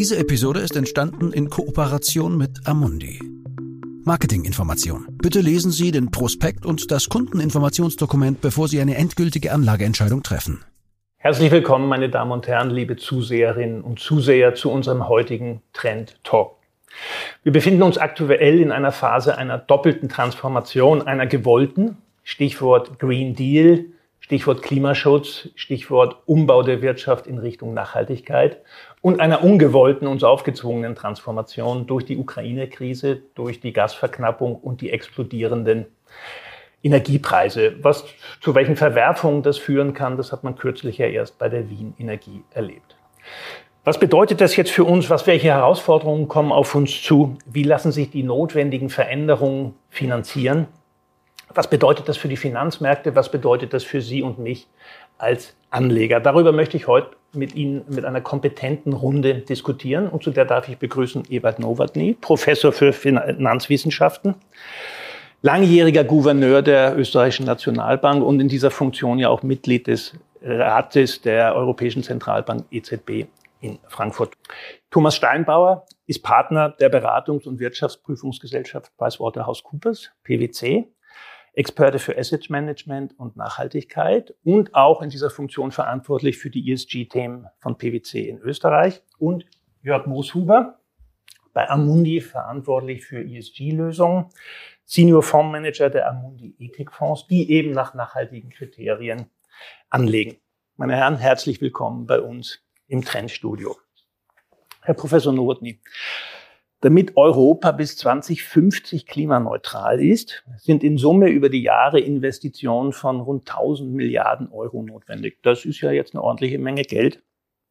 Diese Episode ist entstanden in Kooperation mit Amundi. Marketinginformation. Bitte lesen Sie den Prospekt und das Kundeninformationsdokument, bevor Sie eine endgültige Anlageentscheidung treffen. Herzlich willkommen, meine Damen und Herren, liebe Zuseherinnen und Zuseher, zu unserem heutigen Trend Talk. Wir befinden uns aktuell in einer Phase einer doppelten Transformation, einer gewollten, Stichwort Green Deal, Stichwort Klimaschutz, Stichwort Umbau der Wirtschaft in Richtung Nachhaltigkeit und einer ungewollten, uns aufgezwungenen Transformation durch die Ukraine-Krise, durch die Gasverknappung und die explodierenden Energiepreise. Zu welchen Verwerfungen das führen kann, das hat man kürzlich ja erst bei der Wien Energie erlebt. Was bedeutet das jetzt für uns? Welche Herausforderungen kommen auf uns zu? Wie lassen sich die notwendigen Veränderungen finanzieren? Was bedeutet das für die Finanzmärkte? Was bedeutet das für Sie und mich als Anleger? Darüber möchte ich heute mit Ihnen mit einer kompetenten Runde diskutieren. Und zu der darf ich begrüßen Ewald Nowotny, Professor für Finanzwissenschaften, langjähriger Gouverneur der Österreichischen Nationalbank und in dieser Funktion ja auch Mitglied des Rates der Europäischen Zentralbank EZB in Frankfurt. Thomas Steinbauer ist Partner der Beratungs- und Wirtschaftsprüfungsgesellschaft PricewaterhouseCoopers, PwC, Experte für Asset Management und Nachhaltigkeit und auch in dieser Funktion verantwortlich für die ESG-Themen von PwC in Österreich. Und Jörg Mooshuber, bei Amundi verantwortlich für ESG-Lösungen, Senior Fondsmanager der Amundi Ethikfonds, die eben nach nachhaltigen Kriterien anlegen. Meine Herren, herzlich willkommen bei uns im Trendstudio. Herr Professor Nowotny, damit Europa bis 2050 klimaneutral ist, sind in Summe über die Jahre Investitionen von rund 1000 Milliarden Euro notwendig. Das ist ja jetzt eine ordentliche Menge Geld.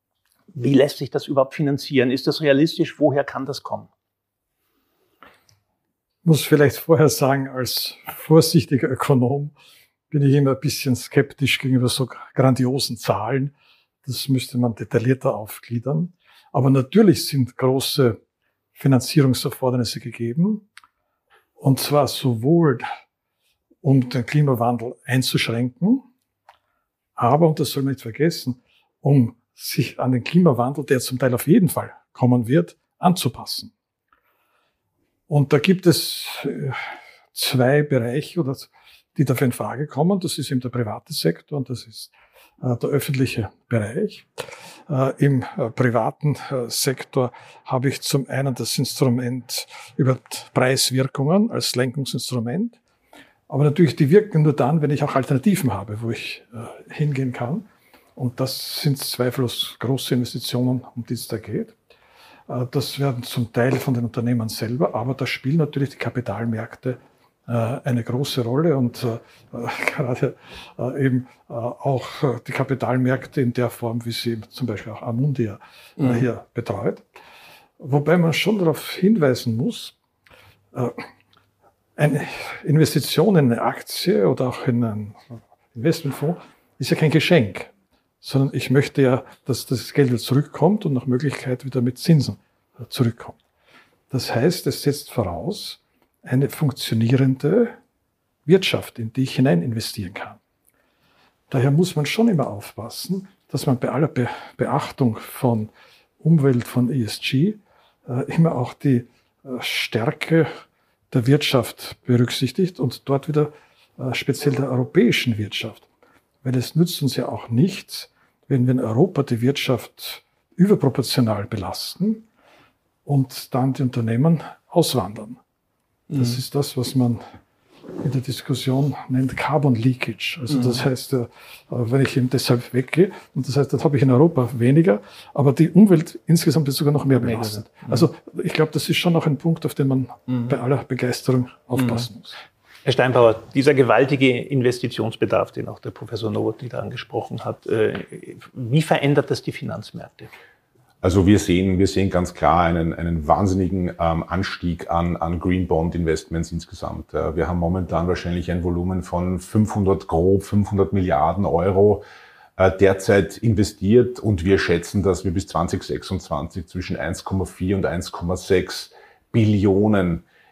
Wie lässt sich das überhaupt finanzieren? Ist das realistisch? Woher kann das kommen? Ich muss vielleicht vorher sagen, als vorsichtiger Ökonom bin ich immer ein bisschen skeptisch gegenüber so grandiosen Zahlen. Das müsste man detaillierter aufgliedern. Aber natürlich sind große Finanzierungserfordernisse gegeben. Und zwar sowohl, um den Klimawandel einzuschränken, aber, und das soll man nicht vergessen, um sich an den Klimawandel, der zum Teil auf jeden Fall kommen wird, anzupassen. Und da gibt es zwei Bereiche, die dafür in Frage kommen. Das ist eben der private Sektor und das ist der öffentliche Bereich. Im privaten Sektor habe ich zum einen das Instrument über Preiswirkungen als Lenkungsinstrument. Aber natürlich, die wirken nur dann, wenn ich auch Alternativen habe, wo ich hingehen kann. Und das sind zweifellos große Investitionen, um die es da geht. Das werden zum Teil von den Unternehmen selber, aber da spielen natürlich die Kapitalmärkte eine große Rolle und gerade eben auch die Kapitalmärkte in der Form, wie sie zum Beispiel auch Amundi hier betreut. Wobei man schon darauf hinweisen muss, eine Investition in eine Aktie oder auch in einen Investmentfonds ist ja kein Geschenk, sondern ich möchte ja, dass das Geld wieder zurückkommt und nach Möglichkeit wieder mit Zinsen zurückkommt. Das heißt, es setzt voraus eine funktionierende Wirtschaft, in die ich hinein investieren kann. Daher muss man schon immer aufpassen, dass man bei aller Beachtung von Umwelt, von ESG, immer auch die Stärke der Wirtschaft berücksichtigt und dort wieder speziell der europäischen Wirtschaft. Weil es nützt uns ja auch nichts, wenn wir in Europa die Wirtschaft überproportional belasten und dann die Unternehmen auswandern. Das ist das, was man in der Diskussion nennt Carbon Leakage. Also das heißt, wenn ich eben deshalb weggehe, und das heißt, dann habe ich in Europa weniger, aber die Umwelt insgesamt ist sogar noch mehr belastet. Also ich glaube, das ist schon noch ein Punkt, auf den man bei aller Begeisterung aufpassen muss. Herr Steinbauer, dieser gewaltige Investitionsbedarf, den auch der Professor Nowotny da angesprochen hat, wie verändert das die Finanzmärkte? Also wir sehen ganz klar einen wahnsinnigen Anstieg an Green Bond Investments insgesamt. Wir haben momentan wahrscheinlich ein Volumen von 500 Milliarden Euro derzeit investiert und wir schätzen, dass wir bis 2026 zwischen 1,4 und 1,6 Billionen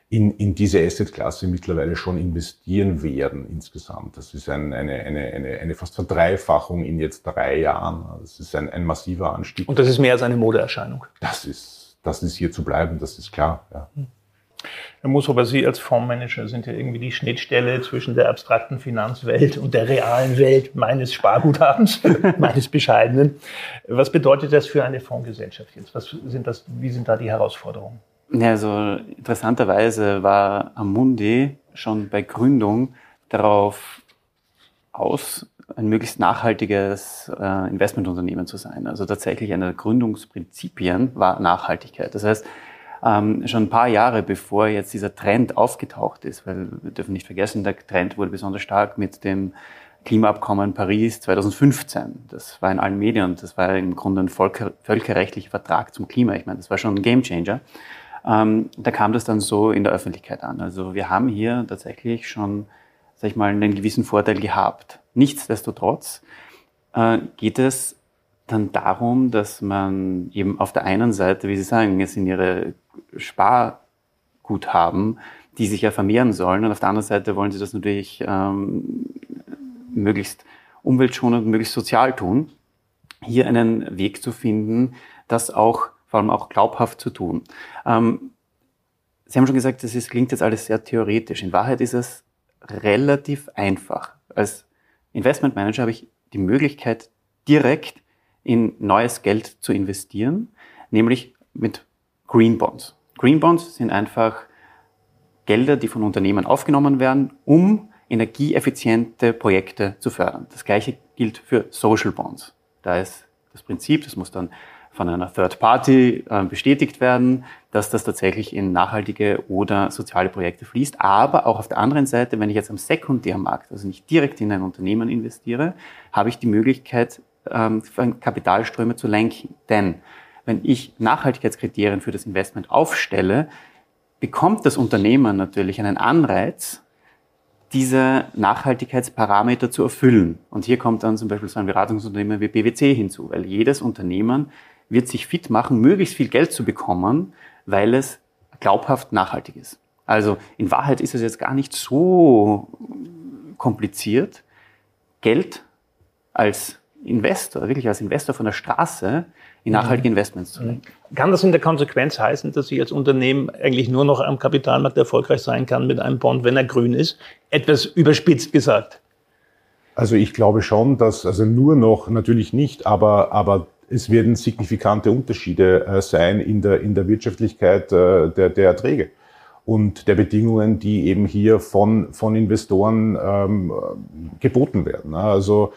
in diese Assetklasse mittlerweile schon investieren werden insgesamt. Das ist eine fast Verdreifachung in jetzt 3 Jahren. Das ist ein massiver Anstieg. Und das ist mehr als eine Modeerscheinung. Das ist hier zu bleiben, das ist klar. Ja. Herr Mooshofer, Sie als Fondsmanager sind ja irgendwie die Schnittstelle zwischen der abstrakten Finanzwelt und der realen Welt meines Sparguthabens, meines bescheidenen. Was bedeutet das für eine Fondsgesellschaft jetzt? Wie sind da die Herausforderungen? Ja, also interessanterweise war Amundi schon bei Gründung darauf aus, ein möglichst nachhaltiges Investmentunternehmen zu sein. Also tatsächlich eine der Gründungsprinzipien war Nachhaltigkeit. Das heißt, schon ein paar Jahre bevor jetzt dieser Trend aufgetaucht ist, weil wir dürfen nicht vergessen, der Trend wurde besonders stark mit dem Klimaabkommen Paris 2015. Das war in allen Medien und das war im Grunde ein völkerrechtlicher Vertrag zum Klima. Ich meine, das war schon ein Gamechanger. Da kam das dann so in der Öffentlichkeit an. Also wir haben hier tatsächlich schon, sag ich mal, einen gewissen Vorteil gehabt. Nichtsdestotrotz geht es dann darum, dass man eben auf der einen Seite, wie Sie sagen, es sind Ihre Sparguthaben, die sich ja vermehren sollen, und auf der anderen Seite wollen Sie das natürlich möglichst umweltschonend, möglichst sozial tun, hier einen Weg zu finden, das auch vor allem auch glaubhaft zu tun. Sie haben schon gesagt, klingt jetzt alles sehr theoretisch. In Wahrheit ist es relativ einfach. Als Investmentmanager habe ich die Möglichkeit, direkt in neues Geld zu investieren, nämlich mit Green Bonds. Green Bonds sind einfach Gelder, die von Unternehmen aufgenommen werden, um energieeffiziente Projekte zu fördern. Das Gleiche gilt für Social Bonds. Da ist das Prinzip, das muss dann von einer Third Party bestätigt werden, dass das tatsächlich in nachhaltige oder soziale Projekte fließt. Aber auch auf der anderen Seite, wenn ich jetzt am Sekundärmarkt, also nicht direkt in ein Unternehmen investiere, habe ich die Möglichkeit, Kapitalströme zu lenken. Denn wenn ich Nachhaltigkeitskriterien für das Investment aufstelle, bekommt das Unternehmen natürlich einen Anreiz, diese Nachhaltigkeitsparameter zu erfüllen. Und hier kommt dann zum Beispiel so ein Beratungsunternehmen wie PwC hinzu, weil jedes Unternehmen wird sich fit machen, möglichst viel Geld zu bekommen, weil es glaubhaft nachhaltig ist. Also in Wahrheit ist es jetzt gar nicht so kompliziert, Geld als Investor, wirklich als Investor von der Straße in nachhaltige Investments zu lenken. Kann das in der Konsequenz heißen, dass ich als Unternehmen eigentlich nur noch am Kapitalmarkt erfolgreich sein kann mit einem Bond, wenn er grün ist? Etwas überspitzt gesagt. Also ich glaube schon, dass, also nur noch natürlich nicht, aber es werden signifikante Unterschiede sein in der Wirtschaftlichkeit der Erträge und der Bedingungen, die eben hier von Investoren geboten werden. Also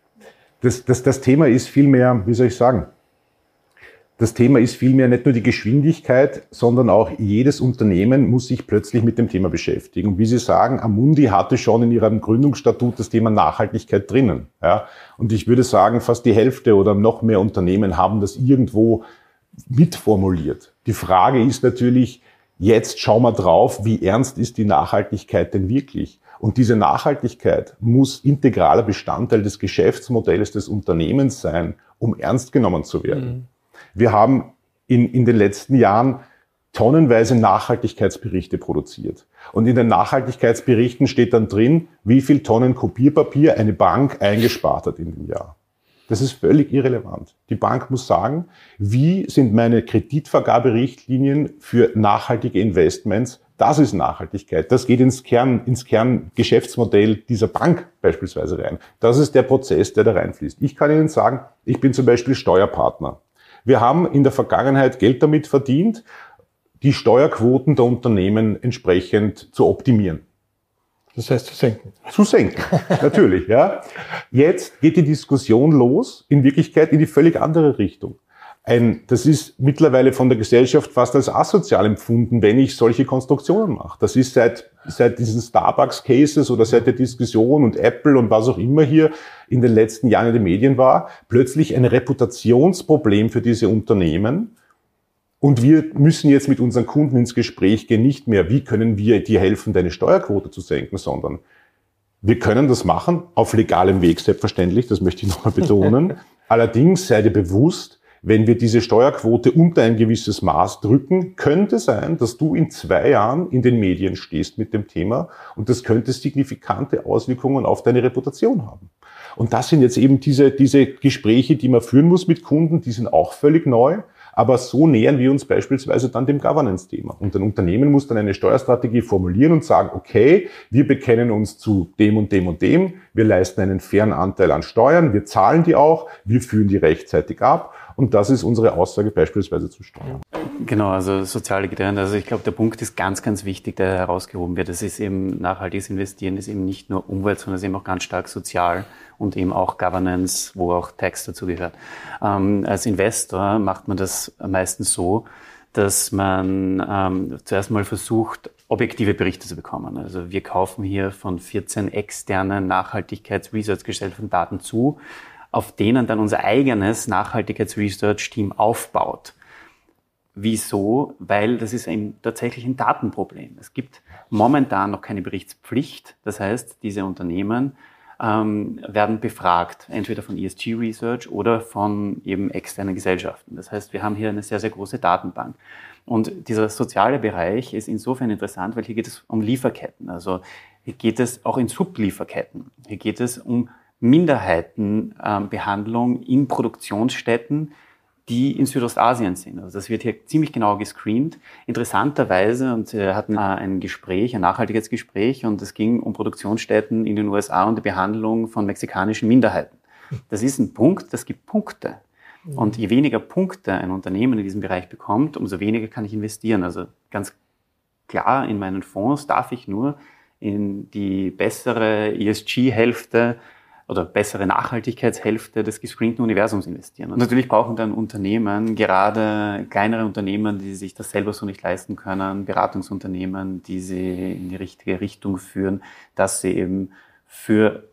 das Thema ist vielmehr, wie soll ich sagen, das Thema ist vielmehr nicht nur die Geschwindigkeit, sondern auch jedes Unternehmen muss sich plötzlich mit dem Thema beschäftigen. Und wie Sie sagen, Amundi hatte schon in ihrem Gründungsstatut das Thema Nachhaltigkeit drinnen. Ja? Und ich würde sagen, fast die Hälfte oder noch mehr Unternehmen haben das irgendwo mitformuliert. Die Frage ist natürlich, jetzt schauen wir drauf, wie ernst ist die Nachhaltigkeit denn wirklich? Und diese Nachhaltigkeit muss integraler Bestandteil des Geschäftsmodells des Unternehmens sein, um ernst genommen zu werden. Wir haben in den letzten Jahren tonnenweise Nachhaltigkeitsberichte produziert. Und in den Nachhaltigkeitsberichten steht dann drin, wie viel Tonnen Kopierpapier eine Bank eingespart hat in dem Jahr. Das ist völlig irrelevant. Die Bank muss sagen, wie sind meine Kreditvergaberichtlinien für nachhaltige Investments? Das ist Nachhaltigkeit. Das geht ins Kerngeschäftsmodell dieser Bank beispielsweise rein. Das ist der Prozess, der da reinfließt. Ich kann Ihnen sagen, ich bin zum Beispiel Steuerpartner. Wir haben in der Vergangenheit Geld damit verdient, die Steuerquoten der Unternehmen entsprechend zu optimieren. Das heißt zu senken. Zu senken, natürlich. Ja. Jetzt geht die Diskussion los, in Wirklichkeit in die völlig andere Richtung. Das ist mittlerweile von der Gesellschaft fast als asozial empfunden, wenn ich solche Konstruktionen mache. Das ist seit diesen Starbucks-Cases oder seit der Diskussion und Apple und was auch immer hier in den letzten Jahren in den Medien war, plötzlich ein Reputationsproblem für diese Unternehmen. Und wir müssen jetzt mit unseren Kunden ins Gespräch gehen, nicht mehr, wie können wir dir helfen, deine Steuerquote zu senken, sondern wir können das machen, auf legalem Weg selbstverständlich, das möchte ich nochmal betonen. Allerdings sei dir bewusst, wenn wir diese Steuerquote unter ein gewisses Maß drücken, könnte sein, dass du in 2 Jahren in den Medien stehst mit dem Thema und das könnte signifikante Auswirkungen auf deine Reputation haben. Und das sind jetzt eben diese Gespräche, die man führen muss mit Kunden, die sind auch völlig neu. Aber so nähern wir uns beispielsweise dann dem Governance-Thema. Und ein Unternehmen muss dann eine Steuerstrategie formulieren und sagen, okay, wir bekennen uns zu dem und dem und dem, wir leisten einen fairen Anteil an Steuern, wir zahlen die auch, wir führen die rechtzeitig ab. Und das ist unsere Aussage beispielsweise zu Steuern. Genau, also soziale Kriterien. Also ich glaube, der Punkt ist ganz, ganz wichtig, der herausgehoben wird. Das ist eben nachhaltiges Investieren, ist eben nicht nur Umwelt, sondern ist eben auch ganz stark sozial und eben auch Governance, wo auch Tax dazu gehört. Als Investor macht man das meistens so, dass man zuerst mal versucht, objektive Berichte zu bekommen. Also wir kaufen hier von 14 externen Nachhaltigkeits-Research-Gesellschaften Daten zu, auf denen dann unser eigenes Nachhaltigkeits-Research-Team aufbaut. Wieso? Weil das ist eben tatsächlich ein Datenproblem. Es gibt momentan noch keine Berichtspflicht. Das heißt, diese Unternehmen werden befragt, entweder von ESG Research oder von eben externen Gesellschaften. Das heißt, wir haben hier eine sehr, sehr große Datenbank. Und dieser soziale Bereich ist insofern interessant, weil hier geht es um Lieferketten. Also hier geht es auch in Sublieferketten. Hier geht es um Minderheitenbehandlung in Produktionsstätten, die in Südostasien sind. Also das wird hier ziemlich genau gescreent. Interessanterweise, und wir hatten ein Gespräch, ein Nachhaltigkeitsgespräch, und es ging um Produktionsstätten in den USA und die Behandlung von mexikanischen Minderheiten. Das ist ein Punkt, das gibt Punkte. Und je weniger Punkte ein Unternehmen in diesem Bereich bekommt, umso weniger kann ich investieren. Also ganz klar, in meinen Fonds darf ich nur in die bessere ESG-Hälfte oder bessere Nachhaltigkeitshälfte des gescreenten Universums investieren. Und natürlich brauchen dann Unternehmen, gerade kleinere Unternehmen, die sich das selber so nicht leisten können, Beratungsunternehmen, die sie in die richtige Richtung führen, dass sie eben für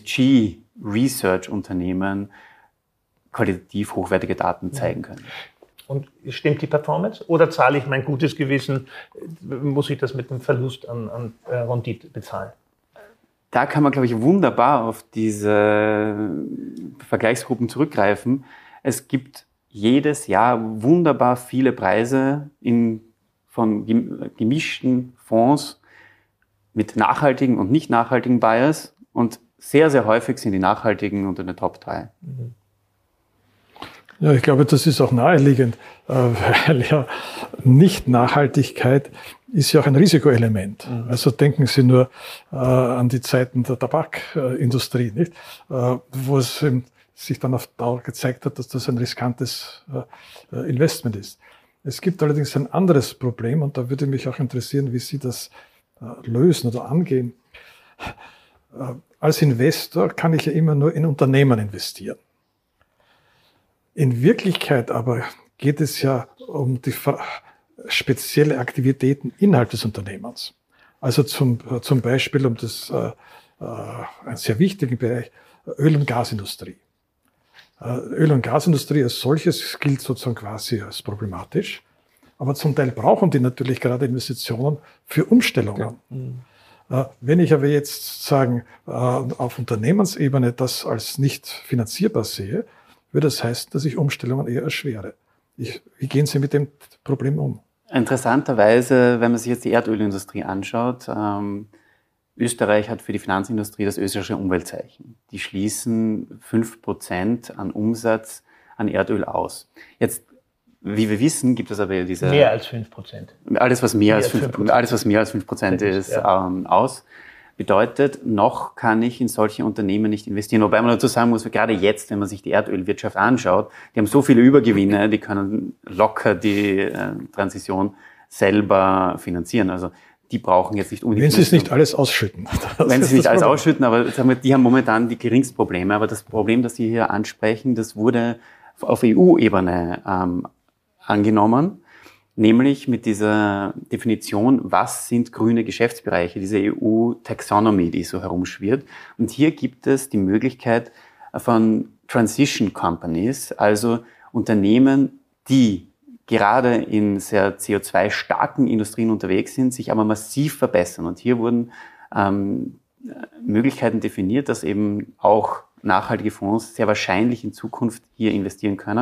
ESG-Research-Unternehmen qualitativ hochwertige Daten zeigen können. Und stimmt die Performance? Oder zahle ich mein gutes Gewissen, muss ich das mit einem Verlust an Rendite bezahlen? Da kann man, glaube ich, wunderbar auf diese Vergleichsgruppen zurückgreifen. Es gibt jedes Jahr wunderbar viele Preise von gemischten Fonds mit nachhaltigen und nicht nachhaltigen Bias. Und sehr, sehr häufig sind die nachhaltigen unter den Top 3. Ja, ich glaube, das ist auch naheliegend, weil ja Nicht-Nachhaltigkeit ist ja auch ein Risikoelement. Also denken Sie nur an die Zeiten der Tabakindustrie, nicht? Wo es sich dann auf Dauer gezeigt hat, dass das ein riskantes Investment ist. Es gibt allerdings ein anderes Problem, und da würde mich auch interessieren, wie Sie das lösen oder angehen. Als Investor kann ich ja immer nur in Unternehmen investieren. In Wirklichkeit aber geht es ja um die spezielle Aktivitäten innerhalb des Unternehmens. Also zum Beispiel um einen sehr wichtigen Bereich, Öl- und Gasindustrie. Öl- und Gasindustrie als solches gilt sozusagen quasi als problematisch, aber zum Teil brauchen die natürlich gerade Investitionen für Umstellungen. Ja. Wenn ich aber jetzt sagen, auf Unternehmensebene das als nicht finanzierbar sehe, würde das heißen, dass ich Umstellungen eher erschwere. Wie gehen Sie mit dem Problem um? Interessanterweise, wenn man sich jetzt die Erdölindustrie anschaut, Österreich hat für die Finanzindustrie das österreichische Umweltzeichen. Die schließen 5% an Umsatz an Erdöl aus. Jetzt, wie wir wissen, gibt es aber diese... Mehr als 5%. Alles, was mehr als 5% ist, ja. Aus. Bedeutet, noch kann ich in solche Unternehmen nicht investieren. Wobei man dazu sagen muss, gerade jetzt, wenn man sich die Erdölwirtschaft anschaut, die haben so viele Übergewinne, die können locker die Transition selber finanzieren. Also die brauchen jetzt nicht unbedingt... Wenn sie es nicht alles ausschütten. Wenn sie es nicht alles ausschütten, aber sagen wir, die haben momentan die geringsten Probleme. Aber das Problem, das Sie hier ansprechen, das wurde auf EU-Ebene angenommen. Nämlich mit dieser Definition, was sind grüne Geschäftsbereiche, diese EU-Taxonomy, die so herumschwirrt. Und hier gibt es die Möglichkeit von Transition Companies, also Unternehmen, die gerade in sehr CO2-starken Industrien unterwegs sind, sich aber massiv verbessern. Und hier wurden Möglichkeiten definiert, dass eben auch nachhaltige Fonds sehr wahrscheinlich in Zukunft hier investieren können,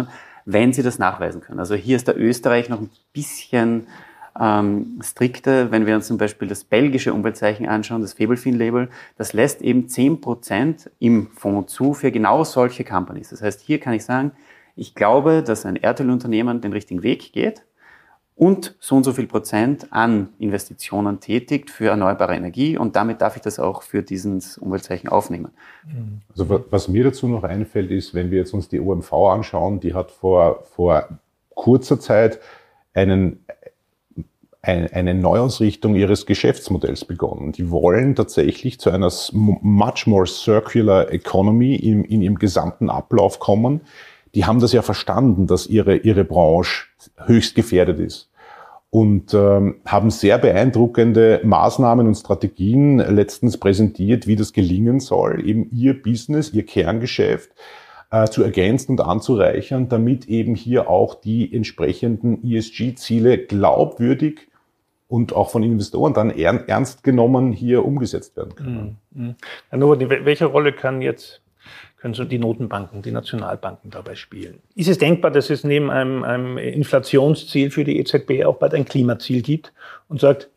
wenn sie das nachweisen können. Also hier ist der Österreich noch ein bisschen strikter. Wenn wir uns zum Beispiel das belgische Umweltzeichen anschauen, das Faiblefin-Label, das lässt eben 10% im Fonds zu für genau solche Companies. Das heißt, hier kann ich sagen, ich glaube, dass ein Erdölunternehmen den richtigen Weg geht und so viel Prozent an Investitionen tätigt für erneuerbare Energie und damit darf ich das auch für dieses Umweltzeichen aufnehmen. Also was mir dazu noch einfällt, ist, wenn wir jetzt uns die OMV anschauen, die hat vor kurzer Zeit eine Neuausrichtung ihres Geschäftsmodells begonnen. Die wollen tatsächlich zu einer much more circular economy in ihrem gesamten Ablauf kommen. Die haben das ja verstanden, dass ihre Branche höchst gefährdet ist und haben sehr beeindruckende Maßnahmen und Strategien letztens präsentiert, wie das gelingen soll, eben ihr Business, ihr Kerngeschäft zu ergänzen und anzureichern, damit eben hier auch die entsprechenden ESG-Ziele glaubwürdig und auch von Investoren dann ernst genommen hier umgesetzt werden können. Herr Nowotny, welche Rolle können so die Notenbanken, die Nationalbanken dabei spielen? Ist es denkbar, dass es neben einem Inflationsziel für die EZB auch bald ein Klimaziel gibt und sagt,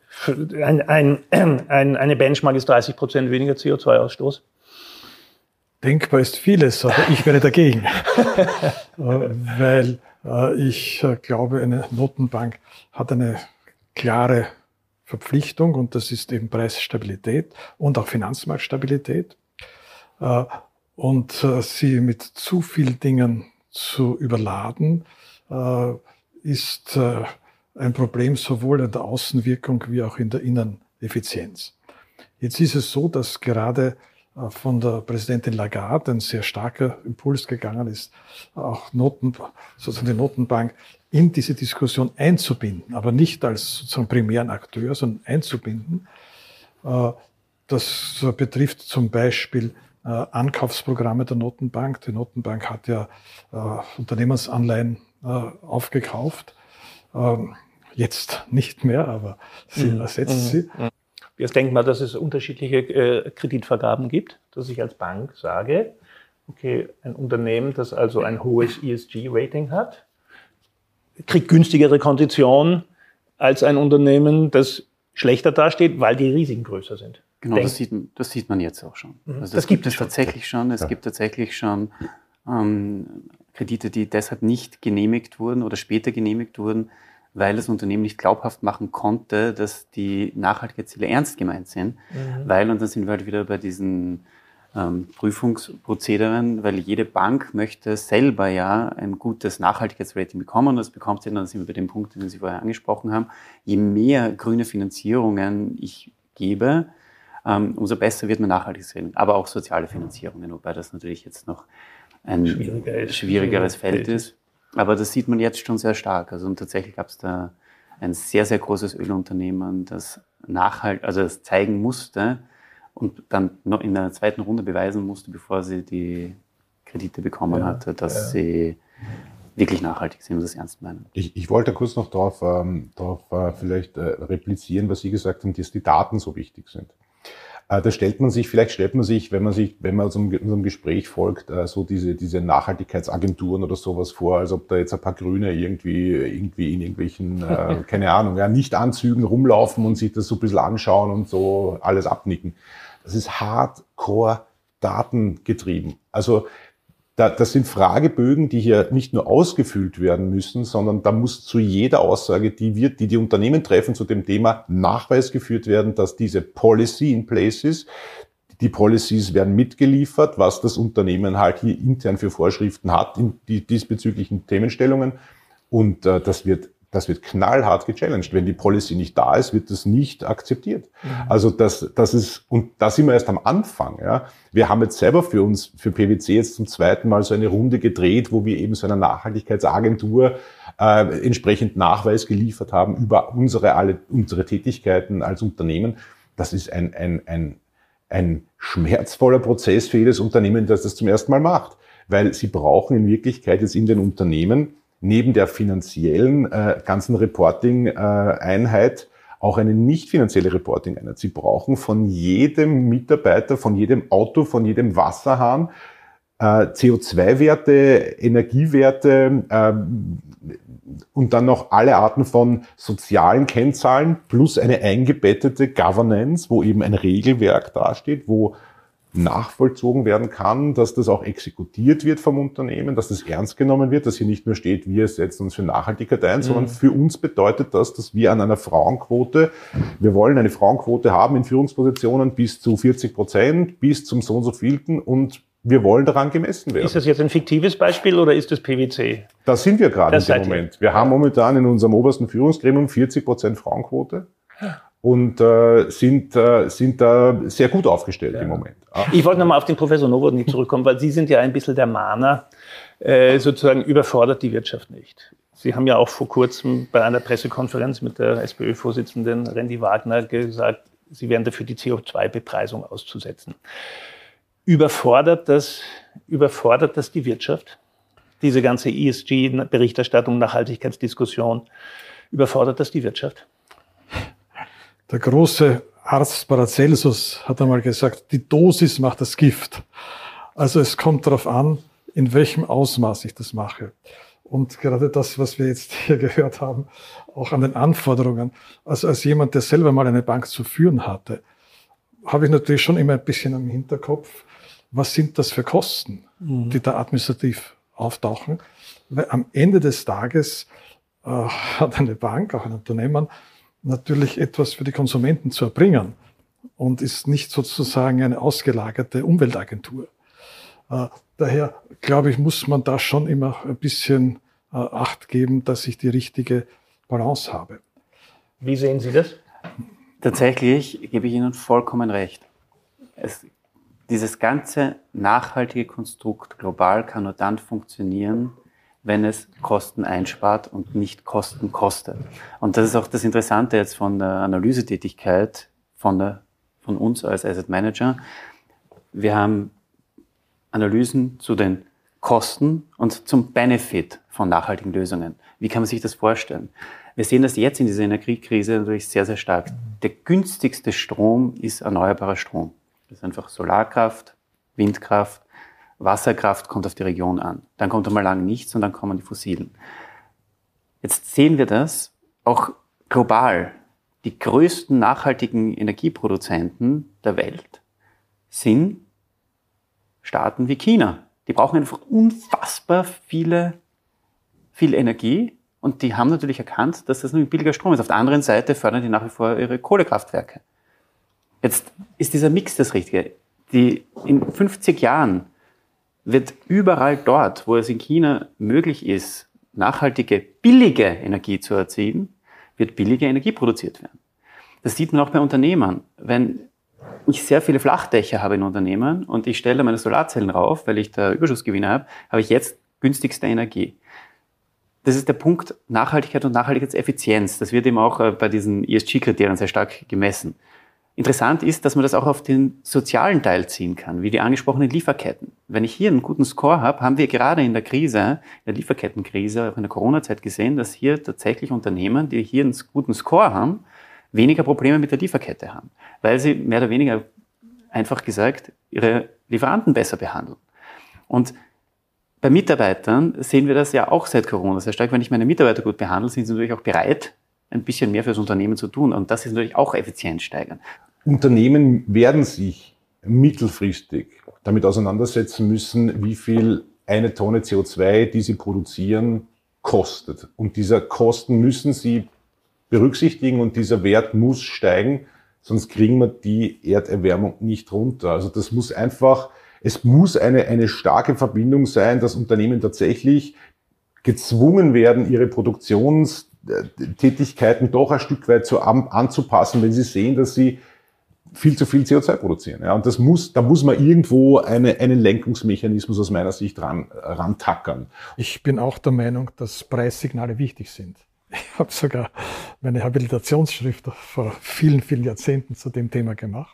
eine Benchmark ist 30% weniger CO2-Ausstoß? Denkbar ist vieles, aber ich wäre dagegen, weil ich glaube, eine Notenbank hat eine klare Verpflichtung und das ist eben Preisstabilität und auch Finanzmarktstabilität. Und sie mit zu vielen Dingen zu überladen, ist ein Problem sowohl in der Außenwirkung wie auch in der Inneneffizienz. Jetzt ist es so, dass gerade von der Präsidentin Lagarde ein sehr starker Impuls gegangen ist, auch sozusagen die Notenbank in diese Diskussion einzubinden, aber nicht als sozusagen primären Akteur, sondern einzubinden. Das betrifft zum Beispiel Ankaufsprogramme der Notenbank. Die Notenbank hat ja Unternehmensanleihen aufgekauft. Jetzt nicht mehr, aber sie ersetzt sie. Jetzt denkt man, dass es unterschiedliche Kreditvergaben gibt, dass ich als Bank sage, okay, ein Unternehmen, das also ein hohes ESG-Rating hat, kriegt günstigere Konditionen als ein Unternehmen, das schlechter dasteht, weil die Risiken größer sind. Genau, das sieht man jetzt auch schon. Also das gibt es tatsächlich schon. Es gibt tatsächlich schon Kredite, die deshalb nicht genehmigt wurden oder später genehmigt wurden, weil das Unternehmen nicht glaubhaft machen konnte, dass die Nachhaltigkeitsziele ernst gemeint sind. Weil, und dann sind wir halt wieder bei diesen Prüfungsprozederen, weil jede Bank möchte selber ja ein gutes Nachhaltigkeitsrating bekommen. Und das bekommt sie, dann sind wir bei dem Punkt, den Sie vorher angesprochen haben. Je mehr grüne Finanzierungen ich gebe, umso besser wird mein Nachhaltigkeitsrating. Aber auch soziale Finanzierungen, wobei das natürlich jetzt noch ein schwierigeres Feld ist. Aber das sieht man jetzt schon sehr stark. Also und tatsächlich gab es da ein sehr, sehr großes Ölunternehmen, das das zeigen musste und dann noch in der zweiten Runde beweisen musste, bevor sie die Kredite bekommen hatte, dass sie wirklich nachhaltig sind und das ernst meinen. Ich wollte kurz noch darauf vielleicht replizieren, was Sie gesagt haben, dass die Daten so wichtig sind. Vielleicht stellt man sich, wenn man unserem Gespräch folgt, so diese Nachhaltigkeitsagenturen oder sowas vor, als ob da jetzt ein paar Grüne irgendwie in irgendwelchen, keine Ahnung, Nicht-Anzügen rumlaufen und sich das so ein bisschen anschauen und so alles abnicken. Das ist hardcore datengetrieben. Also, das sind Fragebögen, die hier nicht nur ausgefüllt werden müssen, sondern da muss zu jeder Aussage, die Unternehmen treffen zu dem Thema, Nachweis geführt werden, dass diese Policy in place ist. Die Policies werden mitgeliefert, was das Unternehmen halt hier intern für Vorschriften hat in die diesbezüglichen Themenstellungen. Und das wird knallhart gechallenged. Wenn die Policy nicht da ist, wird das nicht akzeptiert. Also das ist, und da sind wir erst am Anfang, ja. Wir haben jetzt selber für PwC jetzt zum zweiten Mal so eine Runde gedreht, wo wir eben so einer Nachhaltigkeitsagentur entsprechend Nachweis geliefert haben über unsere Tätigkeiten als Unternehmen. Das ist ein schmerzvoller Prozess für jedes Unternehmen, das das zum ersten Mal macht. Weil sie brauchen in Wirklichkeit jetzt in den Unternehmen neben der finanziellen ganzen Reporting-Einheit auch eine nicht finanzielle Reporting-Einheit. Sie brauchen von jedem Mitarbeiter, von jedem Auto, von jedem Wasserhahn CO2-Werte, Energiewerte und dann noch alle Arten von sozialen Kennzahlen plus eine eingebettete Governance, wo eben ein Regelwerk dasteht, wo nachvollzogen werden kann, dass das auch exekutiert wird vom Unternehmen, dass das ernst genommen wird, dass hier nicht nur steht, wir setzen uns für Nachhaltigkeit ein, sondern für uns bedeutet das, dass wir an einer Frauenquote, wir wollen eine Frauenquote haben in Führungspositionen bis zu 40%, bis zum so und so vielten und wir wollen daran gemessen werden. Ist das jetzt ein fiktives Beispiel oder ist das PwC? Da sind wir gerade in dem Moment. Wir haben momentan in unserem obersten Führungsgremium 40% Frauenquote. Und sind da sehr gut aufgestellt im Moment. Ich wollte nochmal auf den Professor Nowotny zurückkommen, weil Sie sind ja ein bisschen der Mahner, sozusagen überfordert die Wirtschaft nicht. Sie haben ja auch vor kurzem bei einer Pressekonferenz mit der SPÖ-Vorsitzenden Randy Wagner gesagt, Sie wären dafür, die CO2-Bepreisung auszusetzen. Überfordert das die Wirtschaft? Diese ganze ESG-Berichterstattung, Nachhaltigkeitsdiskussion, überfordert das die Wirtschaft? Der große Arzt Paracelsus hat einmal gesagt, die Dosis macht das Gift. Also es kommt darauf an, in welchem Ausmaß ich das mache. Und gerade das, was wir jetzt hier gehört haben, auch an den Anforderungen. Also als jemand, der selber mal eine Bank zu führen hatte, habe ich natürlich schon immer ein bisschen im Hinterkopf, was sind das für Kosten, die da administrativ auftauchen. Weil am Ende des Tages hat eine Bank, auch ein Unternehmen, natürlich etwas für die Konsumenten zu erbringen und ist nicht sozusagen eine ausgelagerte Umweltagentur. Daher, glaube ich, muss man da schon immer ein bisschen Acht geben, dass ich die richtige Balance habe. Wie sehen Sie das? Tatsächlich gebe ich Ihnen vollkommen recht. Dieses ganze nachhaltige Konstrukt global kann nur dann funktionieren, wenn es Kosten einspart und nicht Kosten kostet. Und das ist auch das Interessante jetzt von der Analysetätigkeit von uns als Asset Manager. Wir haben Analysen zu den Kosten und zum Benefit von nachhaltigen Lösungen. Wie kann man sich das vorstellen? Wir sehen das jetzt in dieser Energiekrise natürlich sehr, sehr stark. Der günstigste Strom ist erneuerbarer Strom. Das ist einfach Solarkraft, Windkraft, Wasserkraft kommt auf die Region an. Dann kommt einmal lang nichts und dann kommen die Fossilen. Jetzt sehen wir das auch global. Die größten nachhaltigen Energieproduzenten der Welt sind Staaten wie China. Die brauchen einfach unfassbar viel Energie und die haben natürlich erkannt, dass das nur billiger Strom ist. Auf der anderen Seite fördern die nach wie vor ihre Kohlekraftwerke. Jetzt ist dieser Mix das Richtige. In 50 Jahren wird überall dort, wo es in China möglich ist, nachhaltige, billige Energie zu erzielen, wird billige Energie produziert werden. Das sieht man auch bei Unternehmern. Wenn ich sehr viele Flachdächer habe in Unternehmen und ich stelle meine Solarzellen rauf, weil ich da Überschussgewinne habe, habe ich jetzt günstigste Energie. Das ist der Punkt Nachhaltigkeit und Nachhaltigkeitseffizienz. Das wird eben auch bei diesen ESG-Kriterien sehr stark gemessen. Interessant ist, dass man das auch auf den sozialen Teil ziehen kann, wie die angesprochenen Lieferketten. Wenn ich hier einen guten Score habe, haben wir gerade in der Krise, in der Lieferkettenkrise, auch in der Corona-Zeit gesehen, dass hier tatsächlich Unternehmen, die hier einen guten Score haben, weniger Probleme mit der Lieferkette haben, weil sie mehr oder weniger, einfach gesagt, ihre Lieferanten besser behandeln. Und bei Mitarbeitern sehen wir das ja auch seit Corona sehr stark. Wenn ich meine Mitarbeiter gut behandle, sind sie natürlich auch bereit, ein bisschen mehr für das Unternehmen zu tun. Und das ist natürlich auch Effizienz steigern. Unternehmen werden sich mittelfristig damit auseinandersetzen müssen, wie viel eine Tonne CO2, die sie produzieren, kostet. Und dieser Kosten müssen sie berücksichtigen und dieser Wert muss steigen, sonst kriegen wir die Erderwärmung nicht runter. Also das muss einfach, es muss eine starke Verbindung sein, dass Unternehmen tatsächlich gezwungen werden, ihre Produktionstätigkeiten doch ein Stück weit anzupassen, wenn sie sehen, dass sie viel zu viel CO2 produzieren. Ja, und da muss man irgendwo einen Lenkungsmechanismus aus meiner Sicht rantackern. Ich bin auch der Meinung, dass Preissignale wichtig sind. Ich habe sogar meine Habilitationsschrift vor vielen, vielen Jahrzehnten zu dem Thema gemacht.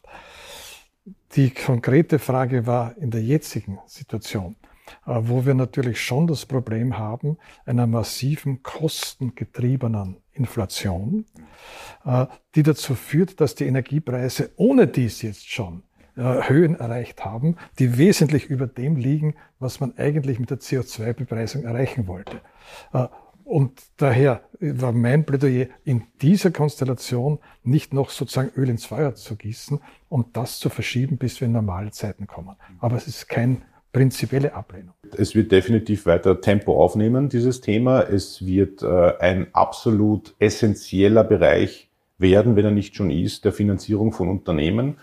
Die konkrete Frage war in der jetzigen Situation, wo wir natürlich schon das Problem haben einer massiven kostengetriebenen Inflation, die dazu führt, dass die Energiepreise ohne dies jetzt schon Höhen erreicht haben, die wesentlich über dem liegen, was man eigentlich mit der CO2-Bepreisung erreichen wollte. Und daher war mein Plädoyer, in dieser Konstellation nicht noch sozusagen Öl ins Feuer zu gießen und das zu verschieben, bis wir in normale Zeiten kommen. Aber es ist keine prinzipielle Ablehnung. Es wird definitiv weiter Tempo aufnehmen, dieses Thema. Es wird ein absolut essentieller Bereich werden, wenn er nicht schon ist, der Finanzierung von Unternehmen.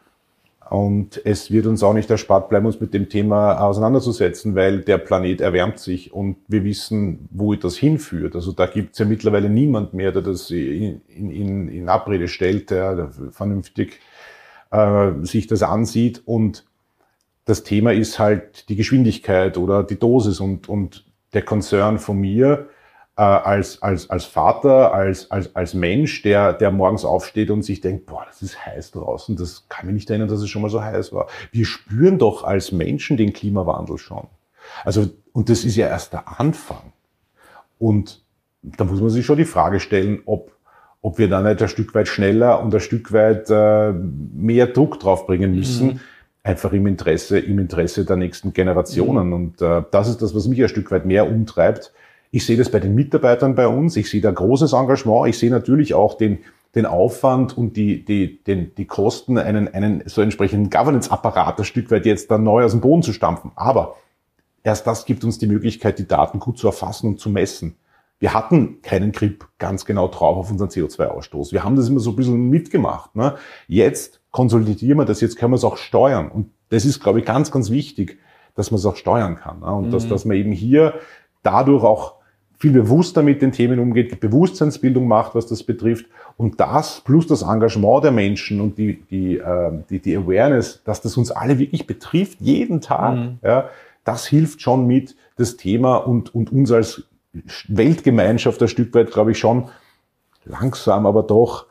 Und es wird uns auch nicht erspart bleiben, uns mit dem Thema auseinanderzusetzen, weil der Planet erwärmt sich und wir wissen, wo das hinführt. Also da gibt es ja mittlerweile niemand mehr, der das in Abrede stellt, der vernünftig sich das ansieht. Und das Thema ist halt die Geschwindigkeit oder die Dosis und der Konzern von mir als Vater, als Mensch, der morgens aufsteht und sich denkt, boah, das ist heiß draußen, das kann mich nicht erinnern, dass es schon mal so heiß war. Wir spüren doch als Menschen den Klimawandel schon. Also, und das ist ja erst der Anfang. Und da muss man sich schon die Frage stellen, ob wir da nicht ein Stück weit schneller und ein Stück weit mehr Druck drauf bringen müssen, einfach im Interesse der nächsten Generationen. Und das ist das, was mich ein Stück weit mehr umtreibt. Ich sehe das bei den Mitarbeitern bei uns, ich sehe da großes Engagement, ich sehe natürlich auch den Aufwand und die Kosten, einen so entsprechenden Governance-Apparat ein Stück weit jetzt dann neu aus dem Boden zu stampfen. Aber erst das gibt uns die Möglichkeit, die Daten gut zu erfassen und zu messen. Wir hatten keinen Grip ganz genau drauf auf unseren CO2-Ausstoß. Wir haben das immer so ein bisschen mitgemacht. Ne? Jetzt konsolidieren wir das, jetzt können wir es auch steuern. Und das ist, glaube ich, ganz, ganz wichtig, dass man es auch steuern kann. Ne? Und dass man eben hier dadurch auch viel bewusster mit den Themen umgeht, Bewusstseinsbildung macht, was das betrifft. Und das plus das Engagement der Menschen und die Awareness, dass das uns alle wirklich betrifft, jeden Tag, ja, das hilft schon mit, das Thema und uns als Weltgemeinschaft ein Stück weit, glaube ich, schon langsam, aber doch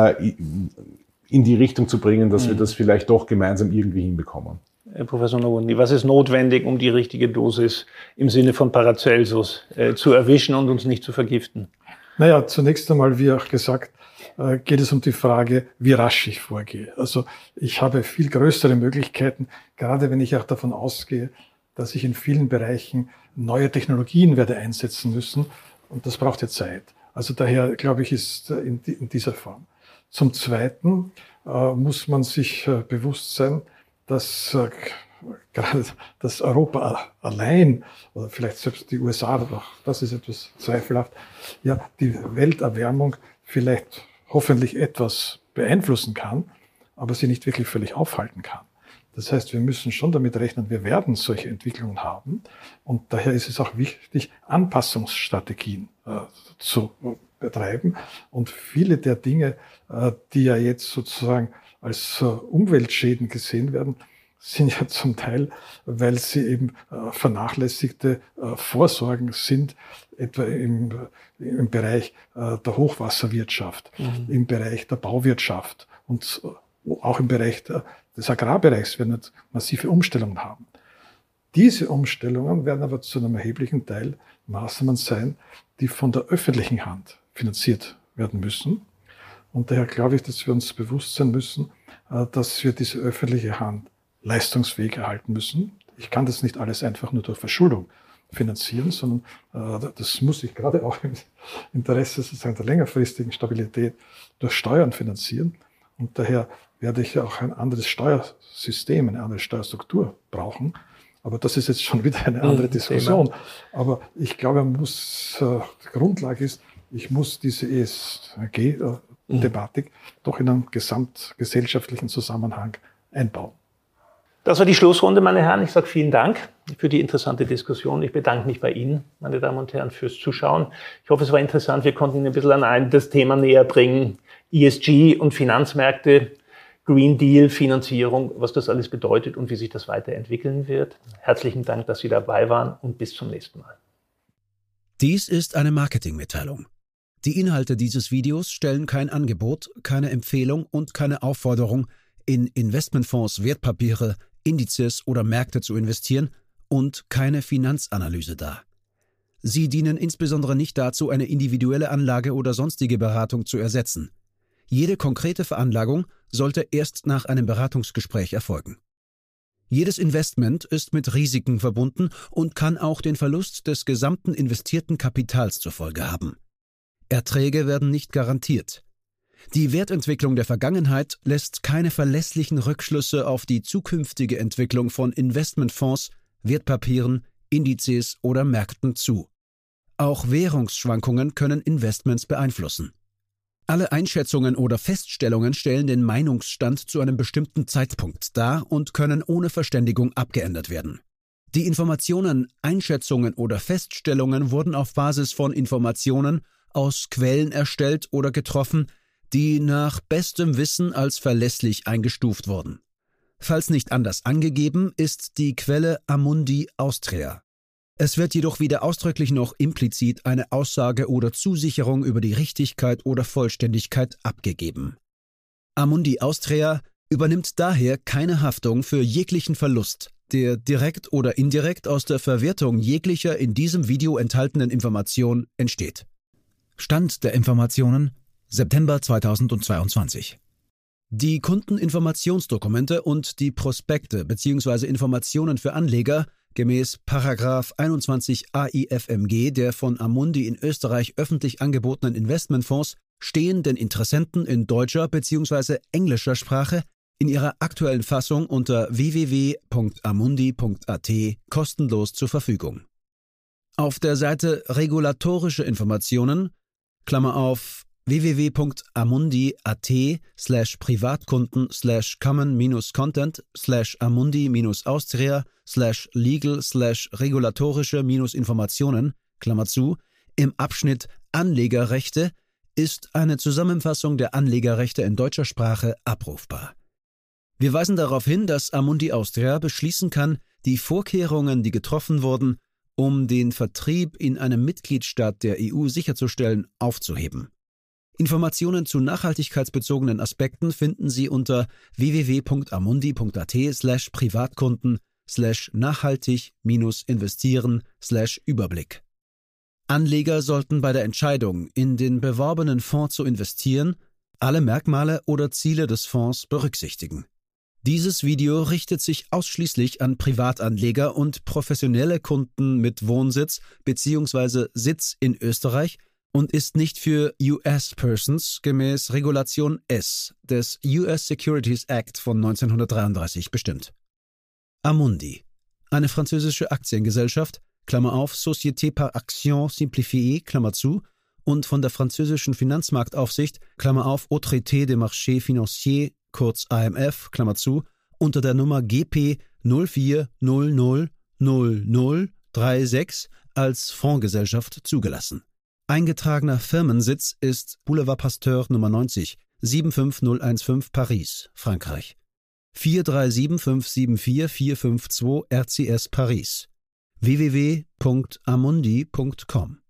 in die Richtung zu bringen, dass wir das vielleicht doch gemeinsam irgendwie hinbekommen. Herr Professor Nowotny, was ist notwendig, um die richtige Dosis im Sinne von Paracelsus zu erwischen und uns nicht zu vergiften? Naja, zunächst einmal, wie auch gesagt, geht es um die Frage, wie rasch ich vorgehe. Also ich habe viel größere Möglichkeiten, gerade wenn ich auch davon ausgehe, dass ich in vielen Bereichen neue Technologien werde einsetzen müssen. Und das braucht ja Zeit. Also daher, glaube ich, ist in dieser Form. Zum Zweiten muss man sich bewusst sein, dass gerade das Europa allein, oder vielleicht selbst die USA, doch das ist etwas zweifelhaft, ja, die Welterwärmung vielleicht hoffentlich etwas beeinflussen kann, aber sie nicht wirklich völlig aufhalten kann. Das heißt, wir müssen schon damit rechnen, wir werden solche Entwicklungen haben. Und daher ist es auch wichtig, Anpassungsstrategien zu betreiben. Und viele der Dinge, die ja jetzt sozusagen als Umweltschäden gesehen werden, sind ja zum Teil, weil sie eben vernachlässigte Vorsorgen sind, etwa im Bereich der Hochwasserwirtschaft, im Bereich der Bauwirtschaft und auch im Bereich des Agrarbereichs werden wir massive Umstellungen haben. Diese Umstellungen werden aber zu einem erheblichen Teil Maßnahmen sein, die von der öffentlichen Hand finanziert werden müssen. Und daher glaube ich, dass wir uns bewusst sein müssen, dass wir diese öffentliche Hand leistungsfähig erhalten müssen. Ich kann das nicht alles einfach nur durch Verschuldung finanzieren, sondern das muss ich gerade auch im Interesse sozusagen der längerfristigen Stabilität durch Steuern finanzieren. Und daher werde ich auch ein anderes Steuersystem, eine andere Steuerstruktur brauchen. Aber das ist jetzt schon wieder eine andere Diskussion. Aber ich glaube, die Grundlage ist, ich muss diese ESG-Thematik doch in einen gesamtgesellschaftlichen Zusammenhang einbauen. Das war die Schlussrunde, meine Herren. Ich sage vielen Dank für die interessante Diskussion. Ich bedanke mich bei Ihnen, meine Damen und Herren, fürs Zuschauen. Ich hoffe, es war interessant. Wir konnten Ihnen ein bisschen an das Thema näher bringen. ESG und Finanzmärkte, Green Deal, Finanzierung, was das alles bedeutet und wie sich das weiterentwickeln wird. Herzlichen Dank, dass Sie dabei waren und bis zum nächsten Mal. Dies ist eine Marketingmitteilung. Die Inhalte dieses Videos stellen kein Angebot, keine Empfehlung und keine Aufforderung, in Investmentfonds, Wertpapiere, Indizes oder Märkte zu investieren und keine Finanzanalyse dar. Sie dienen insbesondere nicht dazu, eine individuelle Anlage oder sonstige Beratung zu ersetzen. Jede konkrete Veranlagung sollte erst nach einem Beratungsgespräch erfolgen. Jedes Investment ist mit Risiken verbunden und kann auch den Verlust des gesamten investierten Kapitals zur Folge haben. Erträge werden nicht garantiert. Die Wertentwicklung der Vergangenheit lässt keine verlässlichen Rückschlüsse auf die zukünftige Entwicklung von Investmentfonds, Wertpapieren, Indizes oder Märkten zu. Auch Währungsschwankungen können Investments beeinflussen. Alle Einschätzungen oder Feststellungen stellen den Meinungsstand zu einem bestimmten Zeitpunkt dar und können ohne Verständigung abgeändert werden. Die Informationen, Einschätzungen oder Feststellungen wurden auf Basis von Informationen aus Quellen erstellt oder getroffen, die nach bestem Wissen als verlässlich eingestuft wurden. Falls nicht anders angegeben, ist die Quelle Amundi Austria. Es wird jedoch weder ausdrücklich noch implizit eine Aussage oder Zusicherung über die Richtigkeit oder Vollständigkeit abgegeben. Amundi Austria übernimmt daher keine Haftung für jeglichen Verlust, der direkt oder indirekt aus der Verwertung jeglicher in diesem Video enthaltenen Information entsteht. Stand der Informationen: September 2022. Die Kundeninformationsdokumente und die Prospekte bzw. Informationen für Anleger gemäß § 21 AIFMG der von Amundi in Österreich öffentlich angebotenen Investmentfonds stehen den Interessenten in deutscher bzw. englischer Sprache in ihrer aktuellen Fassung unter www.amundi.at kostenlos zur Verfügung. Auf der Seite Regulatorische Informationen (www.amundi.at/privatkunden/common-content/legal/regulatorische-informationen) im Abschnitt Anlegerrechte ist eine Zusammenfassung der Anlegerrechte in deutscher Sprache abrufbar. Wir weisen darauf hin, dass Amundi Austria beschließen kann, die Vorkehrungen, die getroffen wurden, um den Vertrieb in einem Mitgliedstaat der EU sicherzustellen, aufzuheben. Informationen zu nachhaltigkeitsbezogenen Aspekten finden Sie unter www.amundi.at/privatkunden/nachhaltig-investieren/Überblick. Anleger sollten bei der Entscheidung, in den beworbenen Fonds zu investieren, alle Merkmale oder Ziele des Fonds berücksichtigen. Dieses Video richtet sich ausschließlich an Privatanleger und professionelle Kunden mit Wohnsitz bzw. Sitz in Österreich und ist nicht für US-Persons gemäß Regulation S des US Securities Act von 1933 bestimmt. Amundi, eine französische Aktiengesellschaft, Société par Action Simplifiée, und von der französischen Finanzmarktaufsicht, Autorité des Marchés Financiers, kurz AMF, unter der Nummer GP 04000036 als Fondsgesellschaft zugelassen. Eingetragener Firmensitz ist Boulevard Pasteur Nummer 90, 75015 Paris, Frankreich. 437574452 RCS Paris. www.amundi.com